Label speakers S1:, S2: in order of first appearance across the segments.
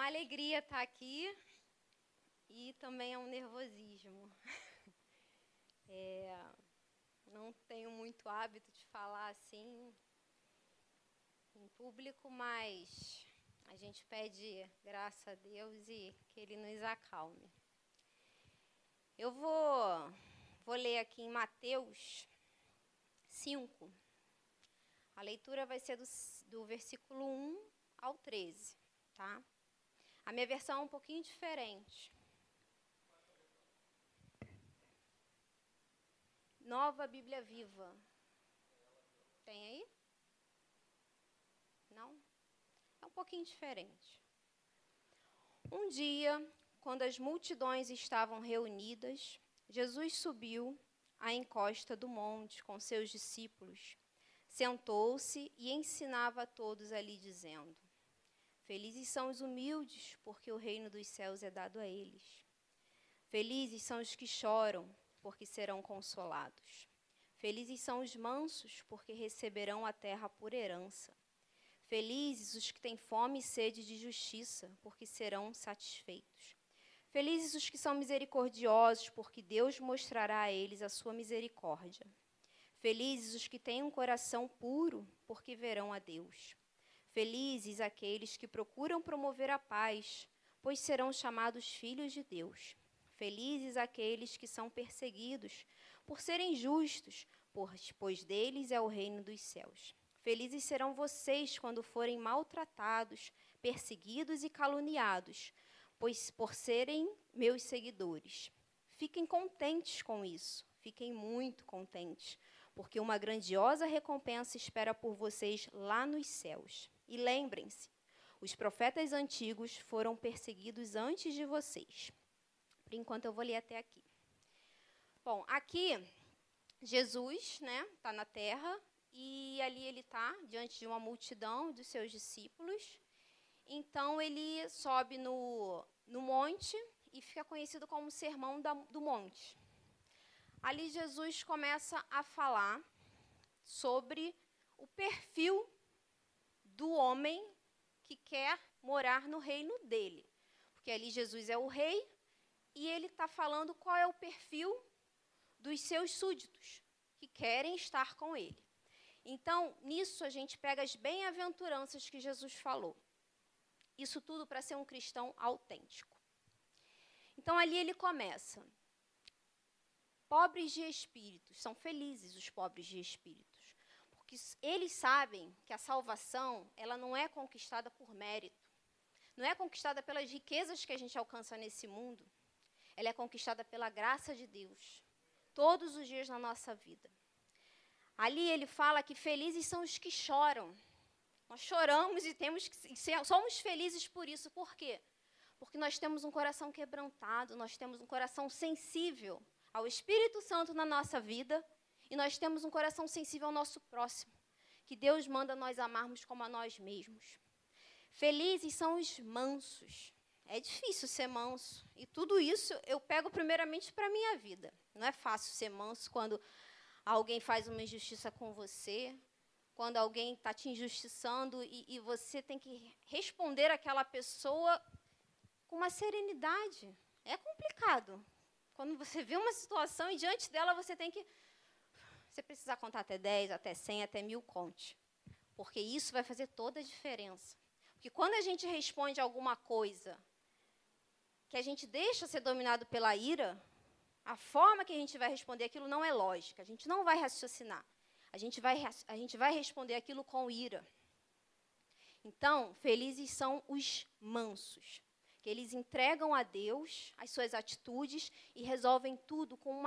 S1: alegria estar aqui e também é um nervosismo. Não tenho muito hábito de falar assim em público, mas a gente pede graça a Deus e que Ele nos acalme. Eu vou ler aqui em Mateus 5. A leitura vai ser do versículo 1 ao 13, tá? A minha versão é um pouquinho diferente. Nova Bíblia Viva. Tem aí? Não? É um pouquinho diferente. Um dia, quando as multidões estavam reunidas, Jesus subiu à encosta do monte com seus discípulos, sentou-se e ensinava a todos ali, dizendo: Felizes são os humildes, porque o reino dos céus é dado a eles. Felizes são os que choram, porque serão consolados. Felizes são os mansos, porque receberão a terra por herança. Felizes os que têm fome e sede de justiça, porque serão satisfeitos. Felizes os que são misericordiosos, porque Deus mostrará a eles a sua misericórdia. Felizes os que têm um coração puro, porque verão a Deus. Felizes aqueles que procuram promover a paz, pois serão chamados filhos de Deus. Felizes aqueles que são perseguidos por serem justos, pois deles é o reino dos céus. Felizes serão vocês quando forem maltratados, perseguidos e caluniados, pois por serem meus seguidores. Fiquem contentes com isso, fiquem muito contentes, porque uma grandiosa recompensa espera por vocês lá nos céus. E lembrem-se, os profetas antigos foram perseguidos antes de vocês. Por enquanto, eu vou ler até aqui. Bom, aqui, Jesus, está na terra, e ali ele está diante de uma multidão dos seus discípulos. Então, ele sobe no monte e fica conhecido como o Sermão do Monte. Ali, Jesus começa a falar sobre o perfil do homem que quer morar no reino dele. Porque ali Jesus é o rei, e ele está falando qual é o perfil dos seus súditos, que querem estar com ele. Então, nisso a gente pega as bem-aventuranças que Jesus falou. Isso tudo para ser um cristão autêntico. Então, ali ele começa. Pobres de espírito, são felizes os pobres de espíritos, porque eles sabem que a salvação, ela não é conquistada por mérito, não é conquistada pelas riquezas que a gente alcança nesse mundo, ela é conquistada pela graça de Deus, todos os dias na nossa vida. Ali ele fala que felizes são os que choram. Nós choramos e somos felizes por isso. Por quê? Porque nós temos um coração quebrantado, nós temos um coração sensível ao Espírito Santo na nossa vida, e nós temos um coração sensível ao nosso próximo, que Deus manda nós amarmos como a nós mesmos. Felizes são os mansos. É difícil ser manso, e tudo isso eu pego primeiramente para a minha vida. Não é fácil ser manso quando alguém faz uma injustiça com você, quando alguém está te injustiçando e você tem que responder àquela pessoa com uma serenidade. É complicado. Quando você vê uma situação e diante dela você precisar contar até 10, até 100, até 1000, conte. Porque isso vai fazer toda a diferença. Porque quando a gente responde alguma coisa que a gente deixa ser dominado pela ira, a forma que a gente vai responder aquilo não é lógica. A gente não vai raciocinar. A gente vai responder aquilo com ira. Então, felizes são os mansos, que eles entregam a Deus as suas atitudes e resolvem tudo com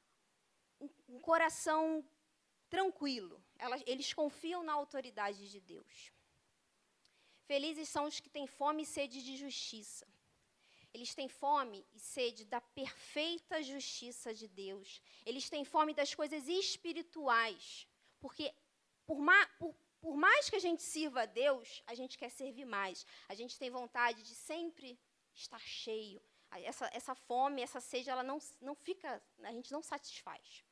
S1: um coração tranquilo. Eles confiam na autoridade de Deus. Felizes são os que têm fome e sede de justiça. Eles têm fome e sede da perfeita justiça de Deus. Eles têm fome das coisas espirituais. Porque, por mais que a gente sirva a Deus, a gente quer servir mais. A gente tem vontade de sempre estar cheio. Essa fome, essa sede, ela não fica, a gente não satisfaz.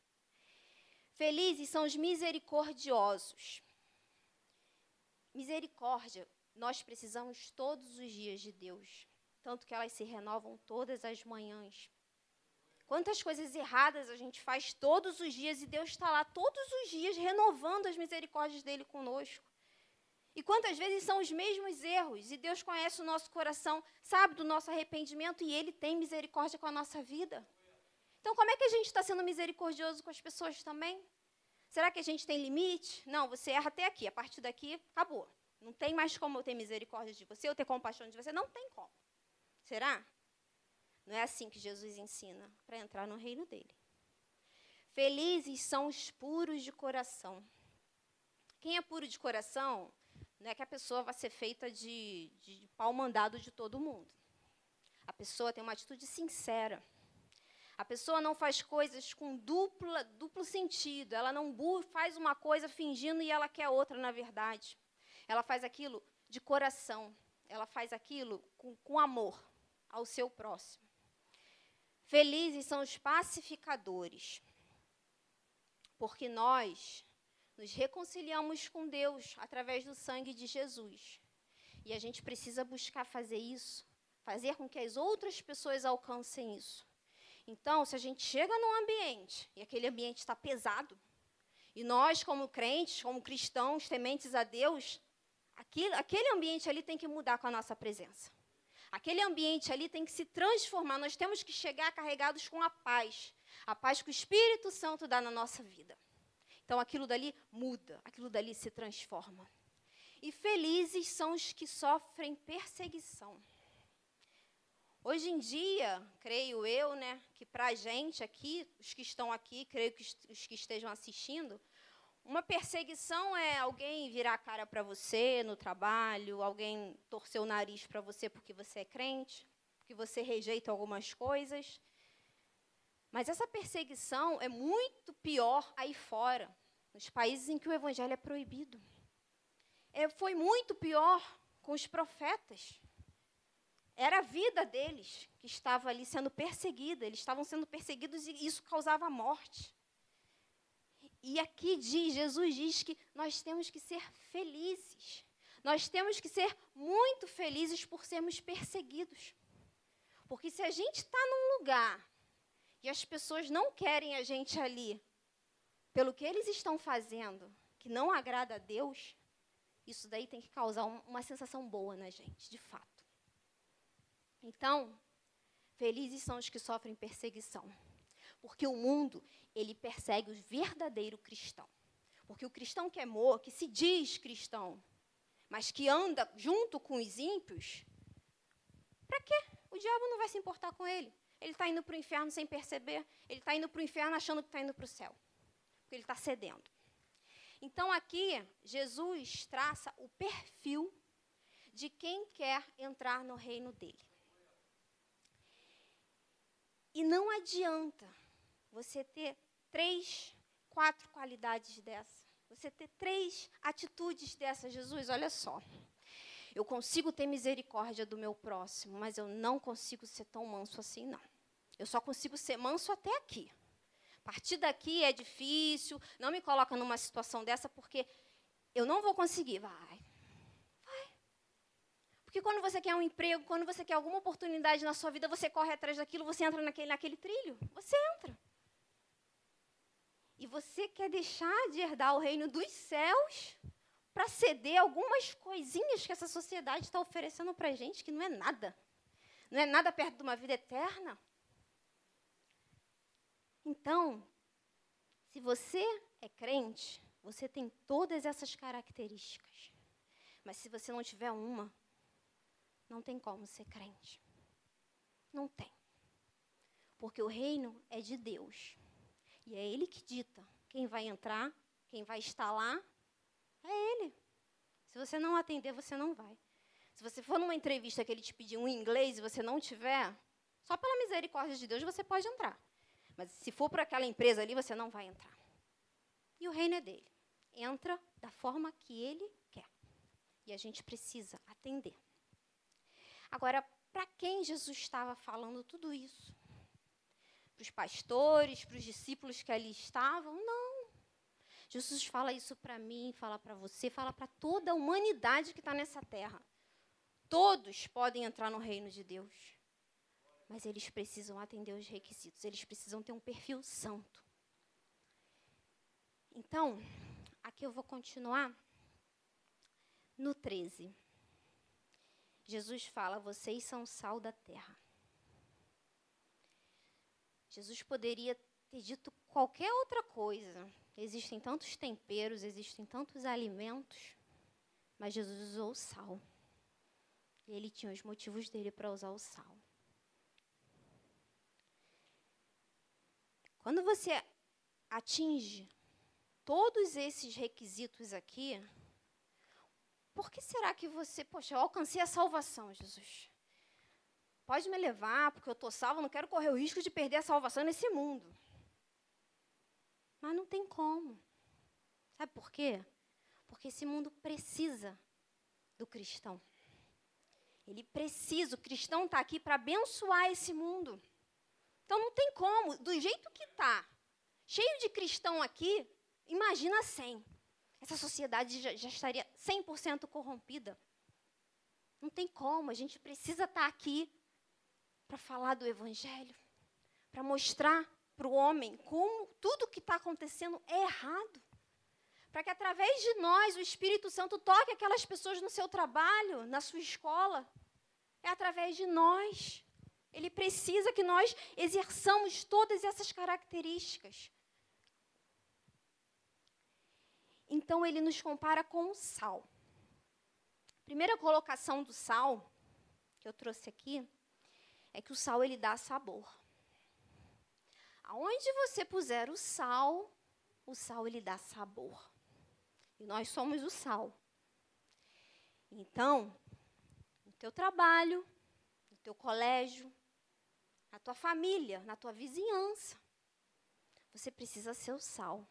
S1: Felizes são os misericordiosos. Misericórdia nós precisamos todos os dias de Deus, tanto que elas se renovam todas as manhãs. Quantas coisas erradas a gente faz todos os dias e Deus está lá todos os dias renovando as misericórdias dele conosco. E quantas vezes são os mesmos erros e Deus conhece o nosso coração, sabe do nosso arrependimento e ele tem misericórdia com a nossa vida. Então, como é que a gente está sendo misericordioso com as pessoas também? Será que a gente tem limite? Não, você erra até aqui, a partir daqui, acabou. Não tem mais como eu ter misericórdia de você, eu ter compaixão de você, não tem como. Será? Não é assim que Jesus ensina para entrar no reino dele. Felizes são os puros de coração. Quem é puro de coração, não é que a pessoa vai ser feita de pau mandado de todo mundo. A pessoa tem uma atitude sincera. A pessoa não faz coisas com duplo sentido. Ela não faz uma coisa fingindo e ela quer outra, na verdade. Ela faz aquilo de coração. Ela faz aquilo com amor ao seu próximo. Felizes são os pacificadores, porque nós nos reconciliamos com Deus através do sangue de Jesus. E a gente precisa buscar fazer isso, fazer com que as outras pessoas alcancem isso. Então, se a gente chega num ambiente, e aquele ambiente está pesado, e nós, como crentes, como cristãos, tementes a Deus, aquele ambiente ali tem que mudar com a nossa presença. Aquele ambiente ali tem que se transformar. Nós temos que chegar carregados com a paz que o Espírito Santo dá na nossa vida. Então, aquilo dali muda, aquilo dali se transforma. E felizes são os que sofrem perseguição. Hoje em dia, creio eu, que para a gente aqui, os que estão aqui, creio que os que estejam assistindo, uma perseguição é alguém virar a cara para você no trabalho, alguém torcer o nariz para você porque você é crente, porque você rejeita algumas coisas. Mas essa perseguição é muito pior aí fora, nos países em que o evangelho é proibido. Foi muito pior com os profetas. Era a vida deles que estava ali sendo perseguida, eles estavam sendo perseguidos e isso causava morte. E aqui Jesus diz que nós temos que ser felizes. Nós temos que ser muito felizes por sermos perseguidos. Porque se a gente está num lugar e as pessoas não querem a gente ali, pelo que eles estão fazendo, que não agrada a Deus, isso daí tem que causar uma sensação boa na gente, de fato. Então, felizes são os que sofrem perseguição. Porque o mundo, ele persegue o verdadeiro cristão. Porque o cristão que se diz cristão, mas que anda junto com os ímpios, para quê? O diabo não vai se importar com ele. Ele está indo para o inferno sem perceber. Ele está indo para o inferno achando que está indo para o céu. Porque ele está cedendo. Então, aqui, Jesus traça o perfil de quem quer entrar no reino dele. E não adianta você ter 3, 4 qualidades dessa. Você ter 3 atitudes dessa. Jesus, olha só. Eu consigo ter misericórdia do meu próximo, mas eu não consigo ser tão manso assim, não. Eu só consigo ser manso até aqui. A partir daqui é difícil, não me coloca numa situação dessa, porque eu não vou conseguir. Vai. Porque quando você quer um emprego, quando você quer alguma oportunidade na sua vida, você corre atrás daquilo, você entra naquele trilho. Você entra. E você quer deixar de herdar o reino dos céus para ceder algumas coisinhas que essa sociedade está oferecendo para a gente, que não é nada. Não é nada perto de uma vida eterna. Então, se você é crente, você tem todas essas características. Mas se você não tiver uma, não tem como ser crente. Não tem. Porque o reino é de Deus. E é Ele que dita quem vai entrar, quem vai estar lá, é Ele. Se você não atender, você não vai. Se você for numa entrevista que Ele te pedir um inglês e você não tiver, só pela misericórdia de Deus você pode entrar. Mas se for para aquela empresa ali, você não vai entrar. E o reino é dele. Entra da forma que Ele quer. E a gente precisa atender. Agora, para quem Jesus estava falando tudo isso? Para os pastores, para os discípulos que ali estavam? Não. Jesus fala isso para mim, fala para você, fala para toda a humanidade que está nessa terra. Todos podem entrar no reino de Deus, mas eles precisam atender os requisitos, eles precisam ter um perfil santo. Então, aqui eu vou continuar no 13. Jesus fala, vocês são o sal da terra. Jesus poderia ter dito qualquer outra coisa. Existem tantos temperos, existem tantos alimentos, mas Jesus usou o sal. E ele tinha os motivos dele para usar o sal. Quando você atinge todos esses requisitos aqui, por que será que você, poxa, eu alcancei a salvação, Jesus? Pode me levar, porque eu estou salvo, não quero correr o risco de perder a salvação nesse mundo. Mas não tem como. Sabe por quê? Porque esse mundo precisa do cristão. Ele precisa, o cristão está aqui para abençoar esse mundo. Então não tem como, do jeito que está, cheio de cristão aqui, imagina 100. Essa sociedade já estaria 100% corrompida. Não tem como, a gente precisa estar aqui para falar do Evangelho, para mostrar para o homem como tudo que está acontecendo é errado. Para que através de nós o Espírito Santo toque aquelas pessoas no seu trabalho, na sua escola. É através de nós. Ele precisa que nós exerçamos todas essas características. Então, ele nos compara com o sal. A primeira colocação do sal, que eu trouxe aqui, é que o sal, ele dá sabor. Aonde você puser o sal, ele dá sabor. E nós somos o sal. Então, no teu trabalho, no teu colégio, na tua família, na tua vizinhança, você precisa ser o sal.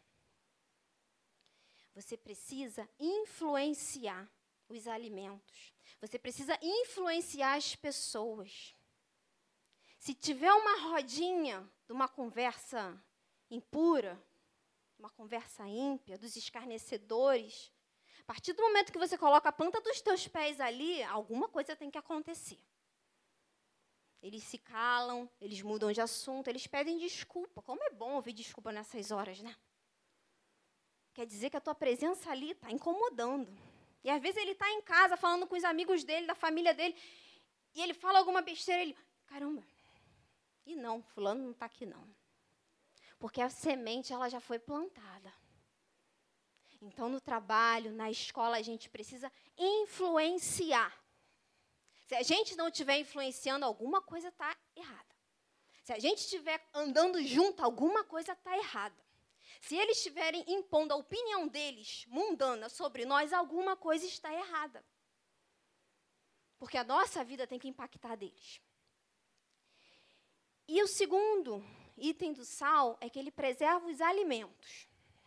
S1: Você precisa influenciar os alimentos. Você precisa influenciar as pessoas. Se tiver uma rodinha de uma conversa impura, uma conversa ímpia, dos escarnecedores, a partir do momento que você coloca a planta dos teus pés ali, alguma coisa tem que acontecer. Eles se calam, eles mudam de assunto, eles pedem desculpa. Como é bom ouvir desculpa nessas horas, né? Quer dizer que a tua presença ali está incomodando. E às vezes ele está em casa falando com os amigos dele, da família dele, e ele fala alguma besteira, ele, caramba, e não, fulano não está aqui não. Porque a semente, ela já foi plantada. Então, no trabalho, na escola, a gente precisa influenciar. Se a gente não estiver influenciando, alguma coisa está errada. Se a gente estiver andando junto, alguma coisa está errada. Se eles estiverem impondo a opinião deles, mundana, sobre nós, alguma coisa está errada. Porque a nossa vida tem que impactar deles. E o segundo item do sal é que ele preserva os alimentos.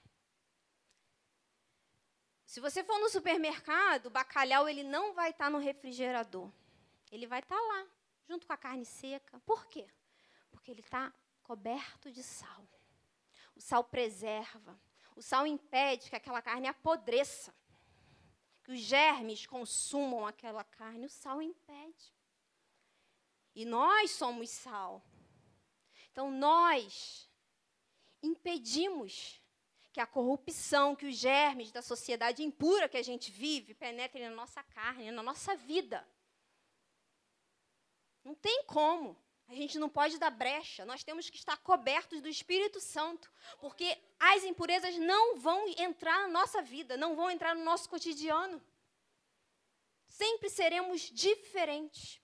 S1: Se você for no supermercado, o bacalhau ele não vai estar no refrigerador. Ele vai estar lá, junto com a carne seca. Por quê? Porque ele está coberto de sal. O sal preserva. O sal impede que aquela carne apodreça. Que os germes consumam aquela carne. O sal impede. E nós somos sal. Então, nós impedimos que a corrupção, que os germes da sociedade impura que a gente vive penetrem na nossa carne, na nossa vida. Não tem como. A gente não pode dar brecha. Nós temos que estar cobertos do Espírito Santo, porque as impurezas não vão entrar na nossa vida, não vão entrar no nosso cotidiano. Sempre seremos diferentes.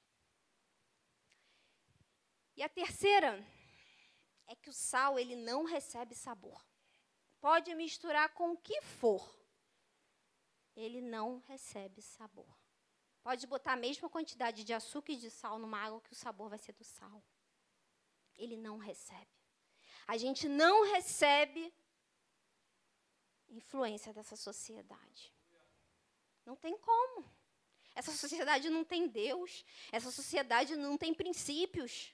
S1: E a terceira é que o sal, ele não recebe sabor. Pode misturar com o que for. Ele não recebe sabor. Pode botar a mesma quantidade de açúcar e de sal numa água que o sabor vai ser do sal. Ele não recebe. A gente não recebe influência dessa sociedade. Não tem como. Essa sociedade não tem Deus. Essa sociedade não tem princípios.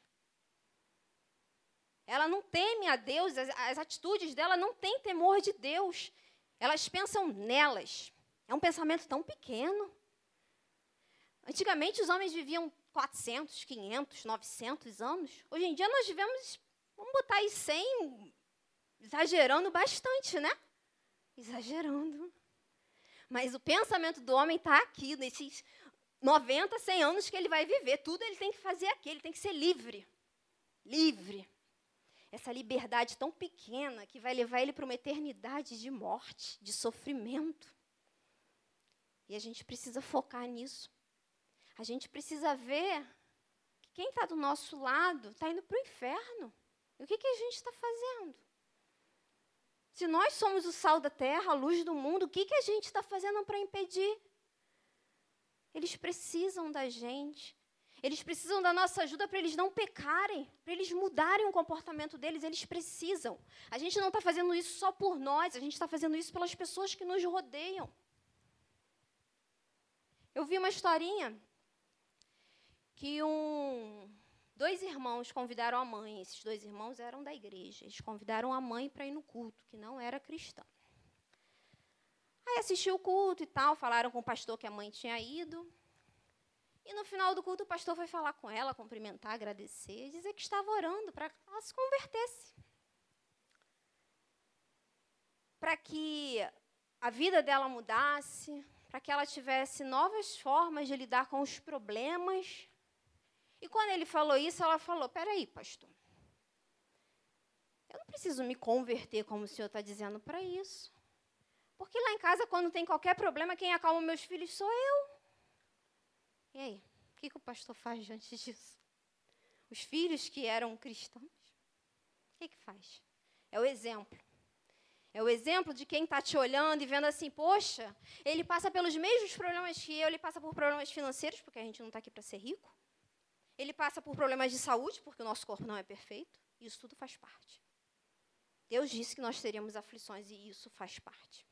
S1: Ela não teme a Deus, as atitudes dela não têm temor de Deus. Elas pensam nelas. É um pensamento tão pequeno. Antigamente, os homens viviam 400, 500, 900 anos. Hoje em dia, nós vivemos, vamos botar aí 100, exagerando bastante, né? Exagerando. Mas o pensamento do homem está aqui, nesses 90, 100 anos que ele vai viver. Tudo ele tem que fazer aqui, ele tem que ser livre. Livre. Essa liberdade tão pequena que vai levar ele para uma eternidade de morte, de sofrimento. E a gente precisa focar nisso. A gente precisa ver que quem está do nosso lado está indo para o inferno. E o que a gente está fazendo? Se nós somos o sal da terra, a luz do mundo, o que a gente está fazendo para impedir? Eles precisam da gente. Eles precisam da nossa ajuda para eles não pecarem, para eles mudarem o comportamento deles. Eles precisam. A gente não está fazendo isso só por nós, a gente está fazendo isso pelas pessoas que nos rodeiam. Eu vi uma historinha que dois irmãos convidaram a mãe. Esses dois irmãos eram da igreja. Eles convidaram a mãe para ir no culto, que não era cristã. Aí assistiu o culto e tal, falaram com o pastor que a mãe tinha ido. E no final do culto o pastor foi falar com ela, cumprimentar, agradecer, dizer que estava orando para que ela se convertesse. Para que a vida dela mudasse, para que ela tivesse novas formas de lidar com os problemas. E quando ele falou isso, ela falou, peraí, pastor, eu não preciso me converter como o senhor está dizendo para isso. Porque lá em casa, quando tem qualquer problema, quem acalma meus filhos sou eu. E aí, o que o pastor faz diante disso? Os filhos que eram cristãos, o que faz? É o exemplo. É o exemplo de quem está te olhando e vendo assim, poxa, ele passa pelos mesmos problemas que eu, ele passa por problemas financeiros, porque a gente não está aqui para ser rico. Ele passa por problemas de saúde, porque o nosso corpo não é perfeito. Isso tudo faz parte. Deus disse que nós teríamos aflições e isso faz parte.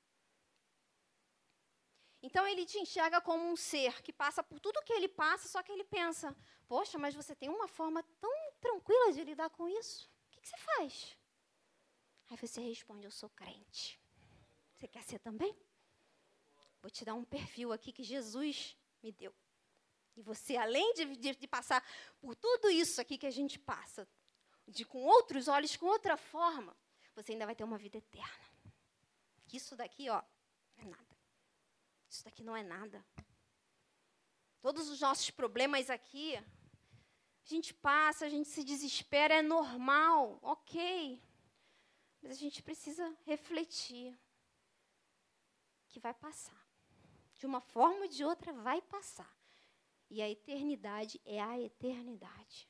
S1: Então, ele te enxerga como um ser que passa por tudo que ele passa, só que ele pensa, poxa, mas você tem uma forma tão tranquila de lidar com isso. O que você faz? Aí você responde, eu sou crente. Você quer ser também? Vou te dar um perfil aqui que Jesus me deu. E você, além de passar por tudo isso aqui que a gente passa, com outros olhos, com outra forma, você ainda vai ter uma vida eterna. Isso daqui, ó, é nada. Isso daqui não é nada. Todos os nossos problemas aqui, a gente passa, a gente se desespera, é normal, ok. Mas a gente precisa refletir que vai passar. De uma forma ou de outra, vai passar. E a eternidade é a eternidade.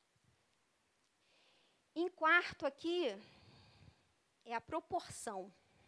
S1: Em quarto aqui, é a proporção.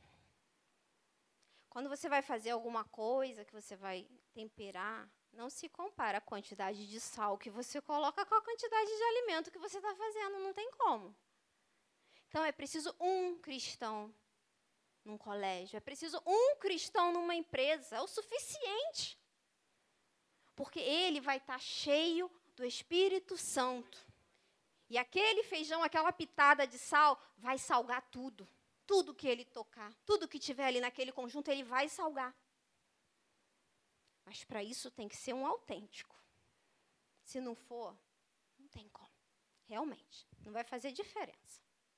S1: Quando você vai fazer alguma coisa, que você vai temperar, não se compara a quantidade de sal que você coloca com a quantidade de alimento que você está fazendo, não tem como. Então, é preciso um cristão num colégio, é preciso um cristão numa empresa, é o suficiente. Porque ele vai estar cheio do Espírito Santo. E aquele feijão, aquela pitada de sal, vai salgar tudo. Tudo que ele tocar, tudo que tiver ali naquele conjunto, ele vai salgar. Mas para isso tem que ser um autêntico. Se não for, não tem como. Realmente, não vai fazer diferença.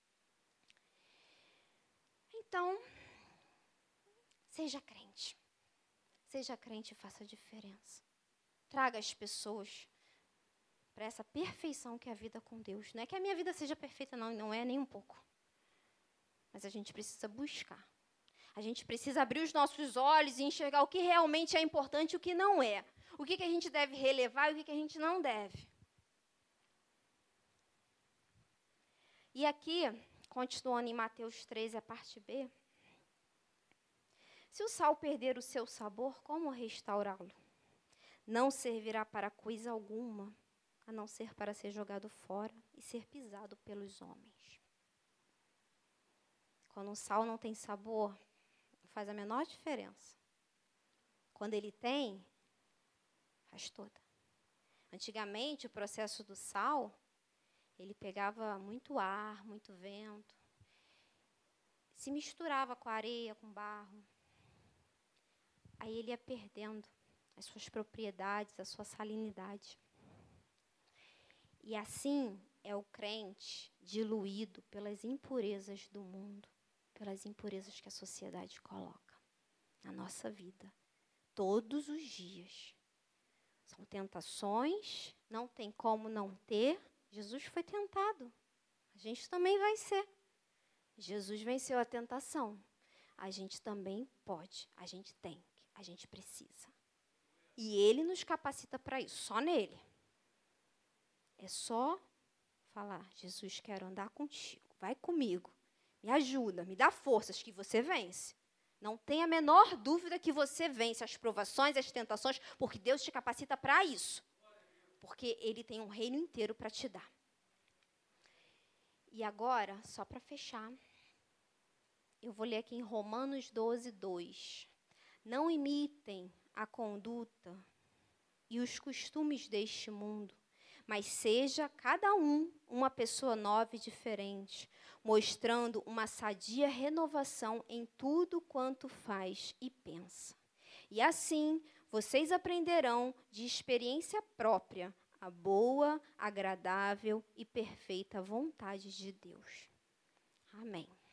S1: Então, seja crente. Seja crente e faça diferença. Traga as pessoas para essa perfeição que é a vida com Deus. Não é que a minha vida seja perfeita, não é nem um pouco. Mas a gente precisa buscar. A gente precisa abrir os nossos olhos e enxergar o que realmente é importante e o que não é. O que a gente deve relevar e o que a gente não deve. E aqui, continuando em Mateus 13, a parte B. Se o sal perder o seu sabor, como restaurá-lo? Não servirá para coisa alguma, a não ser para ser jogado fora e ser pisado pelos homens. Quando um sal não tem sabor, não faz a menor diferença. Quando ele tem, faz toda. Antigamente, o processo do sal, ele pegava muito ar, muito vento, se misturava com a areia, com barro. Aí ele ia perdendo as suas propriedades, a sua salinidade. E assim é o crente diluído pelas impurezas do mundo, pelas impurezas que a sociedade coloca na nossa vida, todos os dias. São tentações, não tem como não ter. Jesus foi tentado, a gente também vai ser. Jesus venceu a tentação, a gente também pode, a gente tem, a gente precisa. E Ele nos capacita para isso, só nele. É só falar, Jesus, quero andar contigo, vai comigo, me ajuda, me dá forças que você vence. Não tenha a menor dúvida que você vence as provações, as tentações, porque Deus te capacita para isso. Porque Ele tem um reino inteiro para te dar. E agora, só para fechar, eu vou ler aqui em Romanos 12, 2. Não imitem a conduta e os costumes deste mundo, mas seja cada um uma pessoa nova e diferente, mostrando uma sadia renovação em tudo quanto faz e pensa. E assim, vocês aprenderão de experiência própria a boa, agradável e perfeita vontade de Deus. Amém.